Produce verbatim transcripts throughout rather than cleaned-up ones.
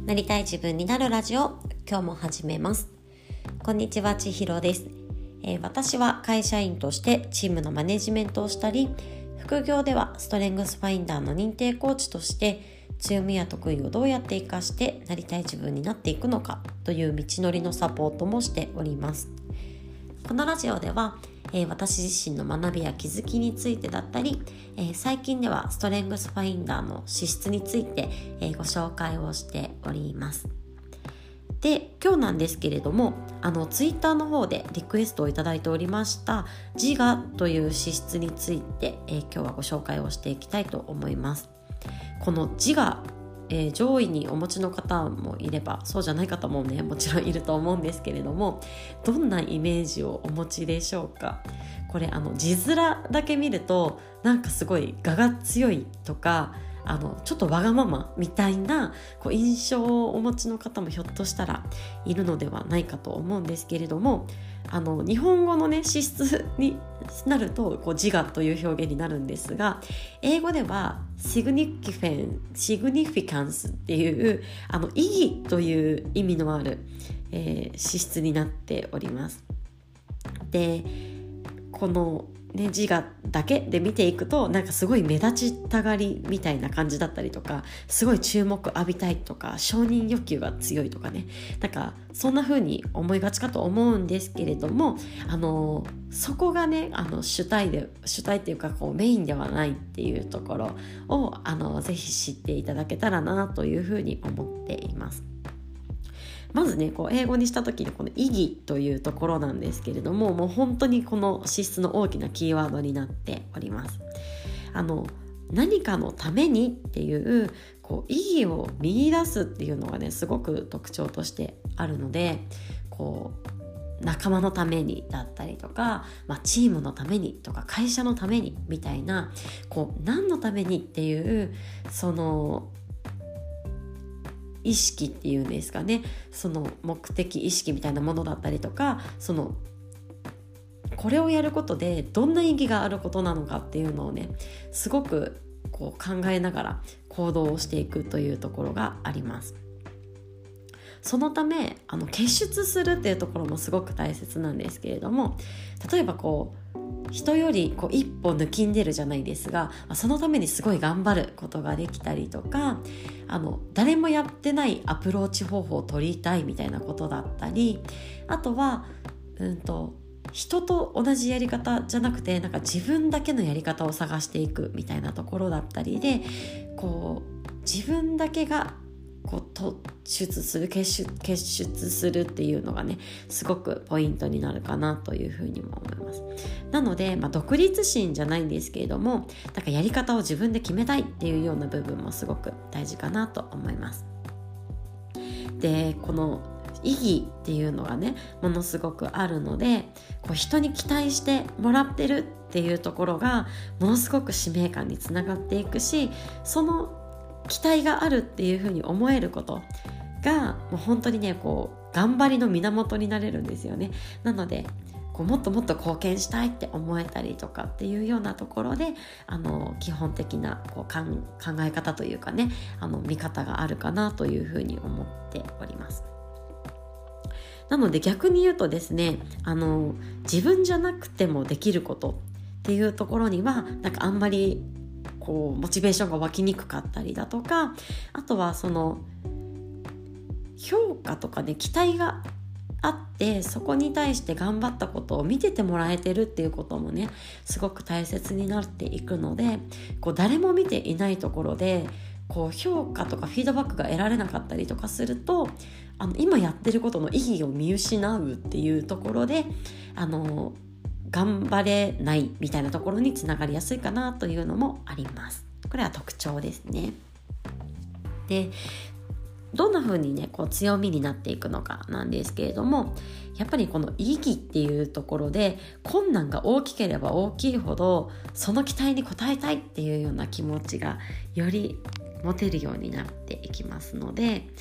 なりたい自分になるラジオ、今日も始めます。こんにちは、ちひろです、えー、私は会社員としてチームのマネジメントをしたり、副業ではストレングスファインダーの認定コーチとして強みや得意をどうやって活かしてなりたい自分になっていくのかという道のりのサポートもしております。このラジオでは、えー、私自身の学びや気づきについてだったり、えー、最近ではストレングスファインダーの資質について、えー、ご紹介をしております。で、今日なんですけれども、あのツイッターの方でリクエストをいただいておりました自我という資質について、えー、今日はご紹介をしていきたいと思います。この自我、えー、上位にお持ちの方もいれば、そうじゃない方もねもちろんいると思うんですけれども、どんなイメージをお持ちでしょうか。これあの字面だけ見るとなんかすごい我が強いとか、あのちょっとわがままみたいなこう印象をお持ちの方もひょっとしたらいるのではないかと思うんですけれども、あの日本語のね資質になるとこう自我という表現になるんですが、英語ではシグニフィンシグニフィカンスっていうあの意義という意味のある、えー、資質になっております。で、このね、自我だけで見ていくとなんかすごい目立ちたがりみたいな感じだったりとか、すごい注目浴びたいとか、承認欲求が強いとかね、なんかそんな風に思いがちかと思うんですけれども、あのそこがねあの主体で主体っていうかこうメインではないっていうところをあのぜひ知っていただけたらなという風に思っています。まずね、こう英語にした時にこの意義というところなんですけれども、もう本当にこの資質の大きなキーワードになっております。あの何かのためにっていうこう意義を見出すっていうのがねすごく特徴としてあるので、こう仲間のためにだったりとか、まあ、チームのためにとか会社のためにみたいな、こう何のためにっていうその意識っていうんですかね、その目的意識みたいなものだったりとか、そのこれをやることでどんな意義があることなのかっていうのをねすごくこう考えながら行動をしていくというところがあります。そのためあの結出するっていうところもすごく大切なんですけれども、例えばこう人よりこう一歩抜きんでるじゃないですが、そのためにすごい頑張ることができたりとか、あの誰もやってないアプローチ方法を取りたいみたいなことだったり、あとは、うんと、人と同じやり方じゃなくてなんか自分だけのやり方を探していくみたいなところだったりで、こう自分だけがこう突出する結出、結出するっていうのがねすごくポイントになるかなというふうにも思います。なので、まあ、独立心じゃないんですけれども、なんかやり方を自分で決めたいっていうような部分もすごく大事かなと思います。で、この意義っていうのがねものすごくあるので、こう人に期待してもらってるっていうところがものすごく使命感につながっていくし、その期待があるっていうふうに思えることがもう本当にねこう頑張りの源になれるんですよね。なのでこうもっともっと貢献したいって思えたりとかっていうようなところで、あの基本的なこうかん考え方というかね、あの見方があるかなというふうに思っております。なので逆に言うとですね、あの自分じゃなくてもできることっていうところにはなんかあんまりこうモチベーションが湧きにくかったりだとか、あとはその評価とかね期待があって、そこに対して頑張ったことを見ててもらえてるっていうこともねすごく大切になっていくので、こう誰も見ていないところでこう評価とかフィードバックが得られなかったりとかすると、あの今やってることの意義を見失うっていうところで、あの頑張れないみたいなところにつながりやすいかなというのもあります。これは特徴ですね。で、どんな風にねこう強みになっていくのかなんですけれども、やっぱりこの意義っていうところで困難が大きければ大きいほどその期待に応えたいっていうような気持ちがより持てるようになっていきますので、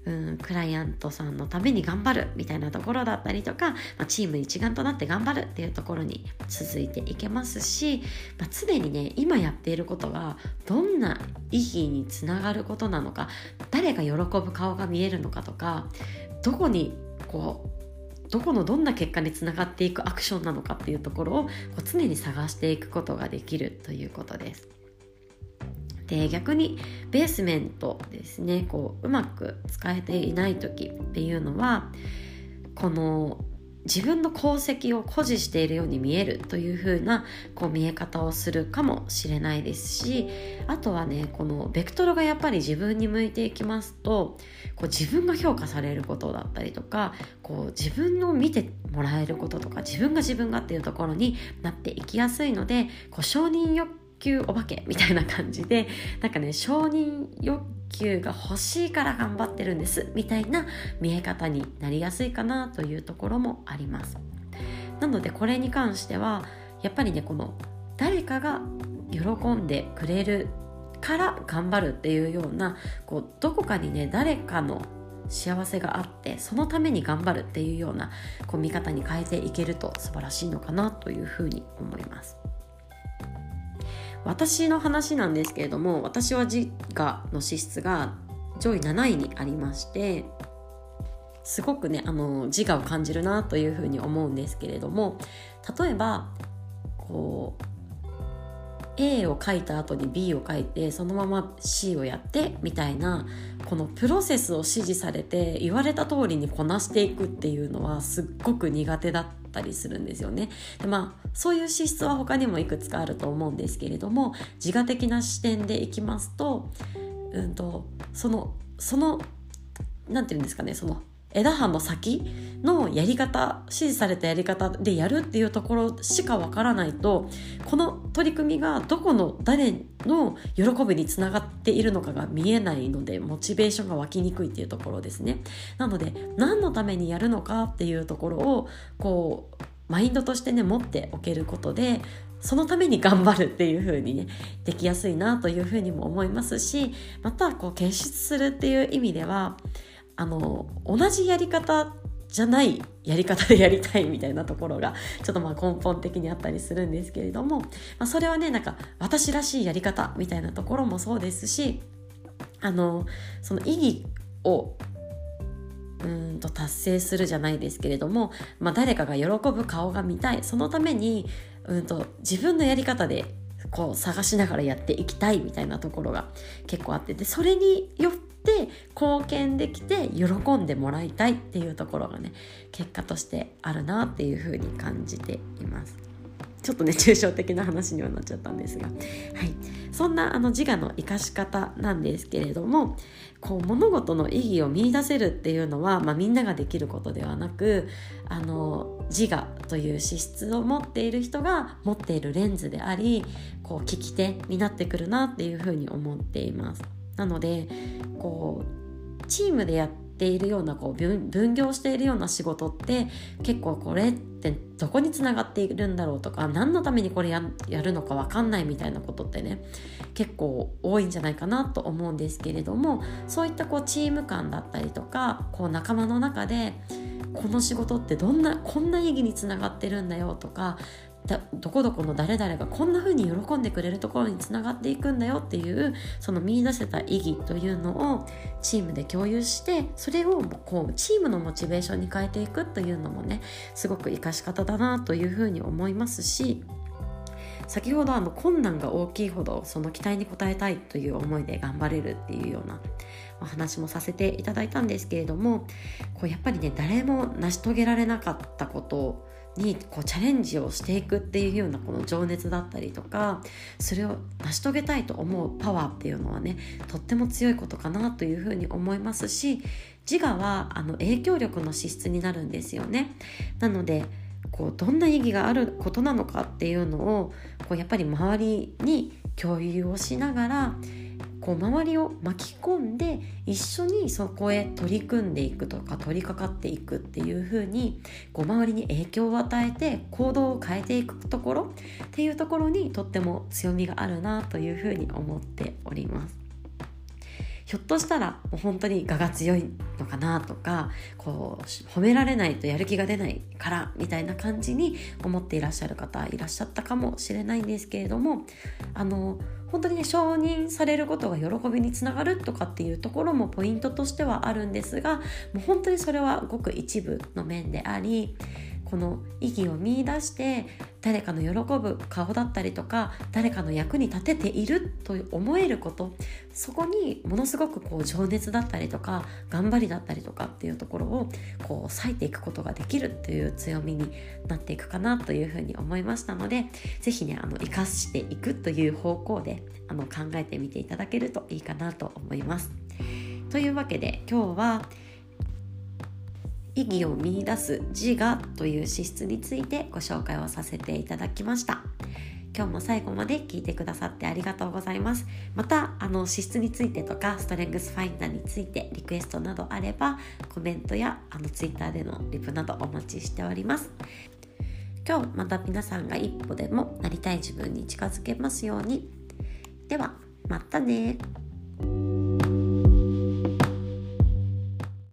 うん、クライアントさんのために頑張るみたいなところだったりとか、まあ、チーム一丸となって頑張るっていうところに続いていけますし、まあ、常にね今やっていることがどんな意義につながることなのか、誰が喜ぶ顔が見えるのかとか、どこにこうどこのどんな結果につながっていくアクションなのかっていうところをこう常に探していくことができるということです。で、逆にベースメントですね、こううまく使えていない時っていうのは、この自分の功績を誇示しているように見えるという風なこう見え方をするかもしれないですし、あとはね、このベクトルがやっぱり自分に向いていきますと、こう自分が評価されることだったりとか、こう自分を見てもらえることとか、自分が自分がっていうところになっていきやすいので、こう承認欲求お化けみたいな感じで、なんかね、承認欲求が欲しいから頑張ってるんですみたいな見え方になりやすいかなというところもあります。なのでこれに関してはやっぱりね、この誰かが喜んでくれるから頑張るっていうような、こうどこかにね誰かの幸せがあってそのために頑張るっていうようなこう見方に変えていけると素晴らしいのかなというふうに思います。私の話なんですけれども、私は自我の資質が上位なないにありまして、すごくねあの自我を感じるなというふうに思うんですけれども、例えばこう A を書いた後に B を書いてそのまま C をやってみたいな、このプロセスを指示されて言われた通りにこなしていくっていうのはすっごく苦手だったりするんですよね。で、まあそういう資質は他にもいくつかあると思うんですけれども、自我的な視点でいきますと、うんとそのそのなんていうんですかね、その枝葉の先のやり方、指示されたやり方でやるっていうところしかわからないと、この取り組みがどこの誰の喜びにつながっているのかが見えないので、モチベーションが湧きにくいっていうところですね。なので何のためにやるのかっていうところをこうマインドとしてね持っておけることで、そのために頑張るっていう風にねできやすいなという風にも思いますし、またこう傑出するっていう意味では、あの同じやり方じゃないやり方でやりたいみたいなところがちょっとまあ根本的にあったりするんですけれども、まあ、それはねなんか私らしいやり方みたいなところもそうですし、あのその意義をうーんと達成するじゃないですけれども、まあ、誰かが喜ぶ顔が見たい、そのためにうんと自分のやり方でこう探しながらやっていきたいみたいなところが結構あって、でそれによって貢献できて喜んでもらいたいっていうところがね結果としてあるなっていうふうに感じています。ちょっとね抽象的な話にはなっちゃったんですが、はい、そんなあの自我の生かし方なんですけれども、こう物事の意義を見出せるっていうのは、まあ、みんなができることではなく、あの自我という資質を持っている人が持っているレンズであり、こう聞き手になってくるなっていうふうに思っています。なのでこうチームでやっているようなこう 分, 分業しているような仕事って結構これってどこにつながっているんだろうとか、何のためにこれ や, やるのか分かんないみたいなことってね結構多いんじゃないかなと思うんですけれども、そういったこうチーム感だったりとか、こう仲間の中でこの仕事ってどんなこんな意義につながってるんだよとか、どこどこの誰々がこんな風に喜んでくれるところにつながっていくんだよっていう、その見出せた意義というのをチームで共有して、それをこうチームのモチベーションに変えていくというのもねすごく活かし方だなという風に思いますし、先ほどあの困難が大きいほどその期待に応えたいという思いで頑張れるっていうようなお話もさせていただいたんですけれども、こうやっぱりね誰も成し遂げられなかったことにこうチャレンジをしていくっていうようなこの情熱だったりとか、それを成し遂げたいと思うパワーっていうのはねとっても強いことかなというふうに思いますし、自我はあの影響力の資質になるんですよね。なのでこうどんな意義があることなのかっていうのをこうやっぱり周りに共有をしながら、こう周りを巻き込んで一緒にそこへ取り組んでいくとか取り掛かっていくっていう風にこう周りに影響を与えて行動を変えていくところっていうところにとっても強みがあるなという風に思っております。 ひょっとしたらもう本当に我が強いのかなとか、こう褒められないとやる気が出ないからみたいな感じに思っていらっしゃる方いらっしゃったかもしれないんですけれども、あの本当にね、承認されることが喜びにつながるとかっていうところもポイントとしてはあるんですが、もう本当にそれはごく一部の面であり、この意義を見出して誰かの喜ぶ顔だったりとか、誰かの役に立てていると思えること、そこにものすごくこう情熱だったりとか頑張りだったりとかっていうところをこう割いていくことができるという強みになっていくかなというふうに思いましたので、ぜひね、あの生かしていくという方向であの考えてみていただけるといいかなと思います。というわけで今日は意義を見出す自我という資質についてご紹介をさせていただきました。今日も最後まで聞いてくださってありがとうございます。またあの資質についてとかストレングスファインダーについてリクエストなどあればコメントやあのツイッターでのリプなどお待ちしております。今日また皆さんが一歩でもなりたい自分に近づけますように。ではまたね。